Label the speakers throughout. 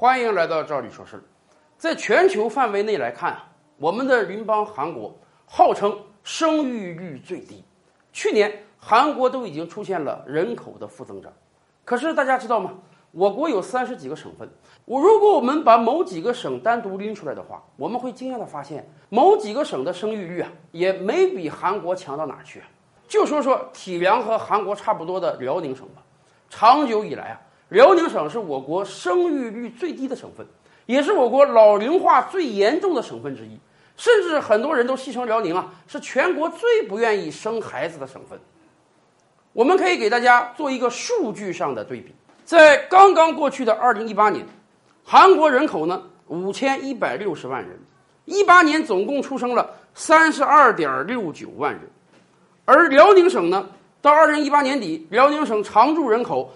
Speaker 1: 欢迎来到赵理说事。在全球范围内来看我们的邻邦韩国号称生育率最低，去年韩国都已经出现了人口的负增长。可是大家知道吗？我国有30几个省份，如果我们把某几个省单独拎出来的话，我们会惊讶地发现，某几个省的生育率也没比韩国强到哪儿去。就说体量和韩国差不多的辽宁省吧，长久以来辽宁省是我国生育率最低的省份，也是我国老龄化最严重的省份之一。甚至很多人都戏称辽宁是全国最不愿意生孩子的省份。我们可以给大家做一个数据上的对比，在刚刚过去的2018年，韩国人口呢5160万人，18年总共出生了32.69万人，而辽宁省呢，到2018年底，辽宁省常住人口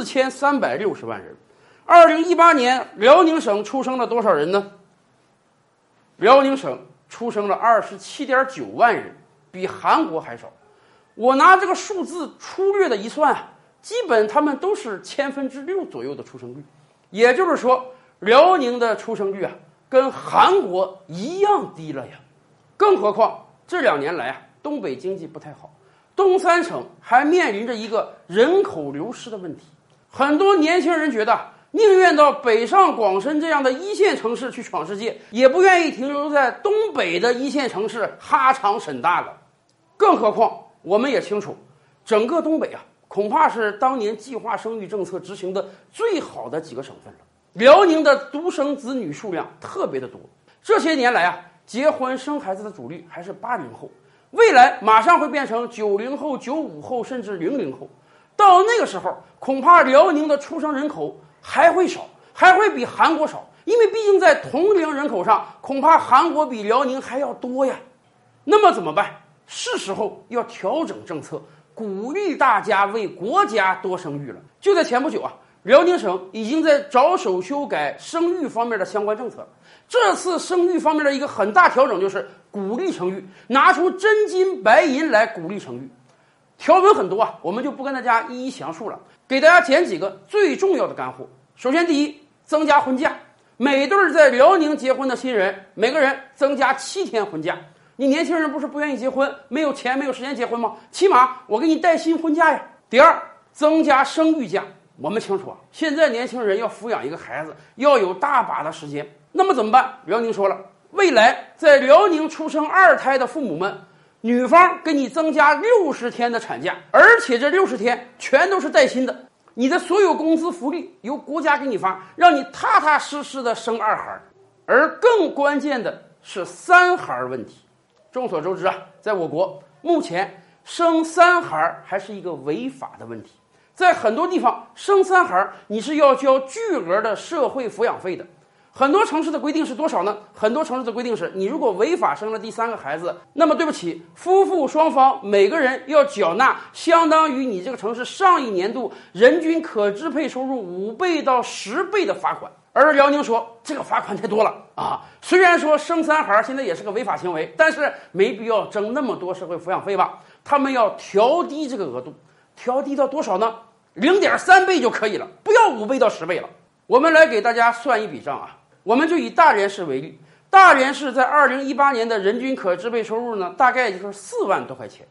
Speaker 1: 4360万人。2018年，辽宁省出生了多少人呢？辽宁省出生了27.9万人，比韩国还少。我拿这个数字粗略的一算基本他们都是6%左右的出生率。也就是说，辽宁的出生率跟韩国一样低了呀。更何况这2年来东北经济不太好，东3省还面临着一个人口流失的问题。很多年轻人觉得宁愿到北上广深这样的一线城市去闯世界，也不愿意停留在东北的一线城市哈长沈大了。更何况我们也清楚，整个东北恐怕是当年计划生育政策执行的最好的几个省份了。辽宁的独生子女数量特别的多，这些年来结婚生孩子的主力还是80后，未来马上会变成90后、95后甚至00后。到那个时候，恐怕辽宁的出生人口还会少，还会比韩国少，因为毕竟在同龄人口上，恐怕韩国比辽宁还要多呀。那么怎么办？是时候要调整政策，鼓励大家为国家多生育了。就在前不久辽宁省已经在着手修改生育方面的相关政策。这次生育方面的一个很大调整就是鼓励生育，拿出真金白银来鼓励生育。条文很多我们就不跟大家一一详述了，给大家捡几个最重要的干货。首先第一，增加婚假，每对在辽宁结婚的新人，每个人增加7天婚假。你年轻人不是不愿意结婚，没有钱没有时间结婚吗？起码我给你带薪婚假呀。第二，增加生育假。我们清楚现在年轻人要抚养一个孩子要有大把的时间，那么怎么办？辽宁说了，未来在辽宁出生2胎的父母们，女方给你增加60天的产假，而且这60天全都是带薪的，你的所有工资福利由国家给你发，让你踏踏实实的生2孩。而更关键的是3孩问题。众所周知在我国目前生3孩还是一个违法的问题，在很多地方生3孩你是要交巨额的社会抚养费的。很多城市的规定是多少呢？很多城市的规定是，你如果违法生了第3个孩子，那么对不起，夫妇双方每个人要缴纳相当于你这个城市上一年度人均可支配收入5倍到10倍的罚款。而辽宁说这个罚款太多了虽然说生3孩现在也是个违法行为，但是没必要征那么多社会抚养费吧。他们要调低这个额度，调低到多少呢？0.3倍就可以了，不要5倍到10倍了。我们来给大家算一笔账我们就以大连市为例，大连市在2018年的人均可支配收入呢，大概就是4万多块钱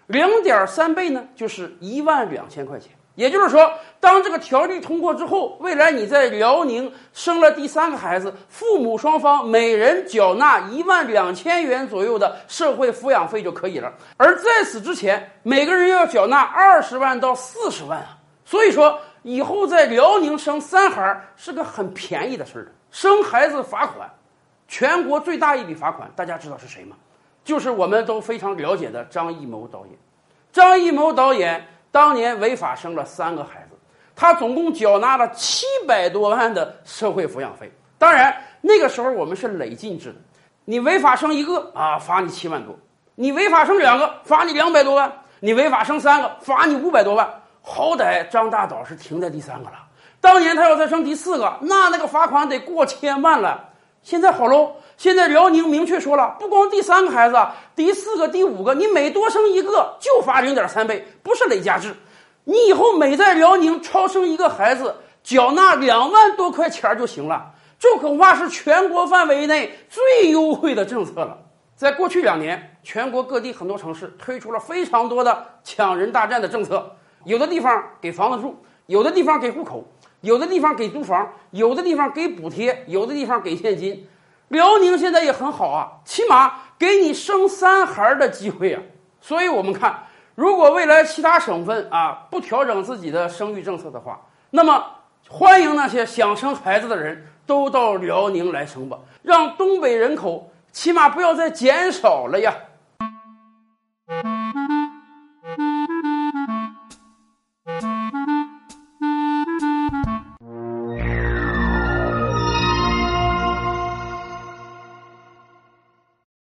Speaker 1: ，0.3倍呢就是12000块钱。也就是说，当这个条例通过之后，未来你在辽宁生了第3个孩子，父母双方每人缴纳12000元左右的社会抚养费就可以了。而在此之前，每个人要缴纳20万到40万所以说以后在辽宁生3孩是个很便宜的事儿。生孩子罚款，全国最大一笔罚款，大家知道是谁吗？就是我们都非常了解的张艺谋导演。张艺谋导演当年违法生了3个孩子，他总共缴纳了700多万的社会抚养费。当然那个时候我们是累进制的，你违法生1个罚你7万多，你违法生2个罚你200多万，你违法生3个罚你500多万。好歹张大导是停在第3个了，当年他要再生第4个，那个罚款得过1000万了。现在好喽，现在辽宁明确说了，不光第3个孩子，第4个、第5个，你每多生1个就罚0.3倍，不是累加制。你以后每在辽宁超生1个孩子， 缴纳2万多块钱就行了，这恐怕是全国范围内最优惠的政策了。在过去2年，全国各地很多城市推出了非常多的抢人大战的政策，有的地方给房子住，有的地方给户口，有的地方给租房，有的地方给补贴，有的地方给现金。辽宁现在也很好啊，起码给你生3孩的机会啊。所以我们看，如果未来其他省份不调整自己的生育政策的话，那么欢迎那些想生孩子的人都到辽宁来生吧，让东北人口起码不要再减少了呀。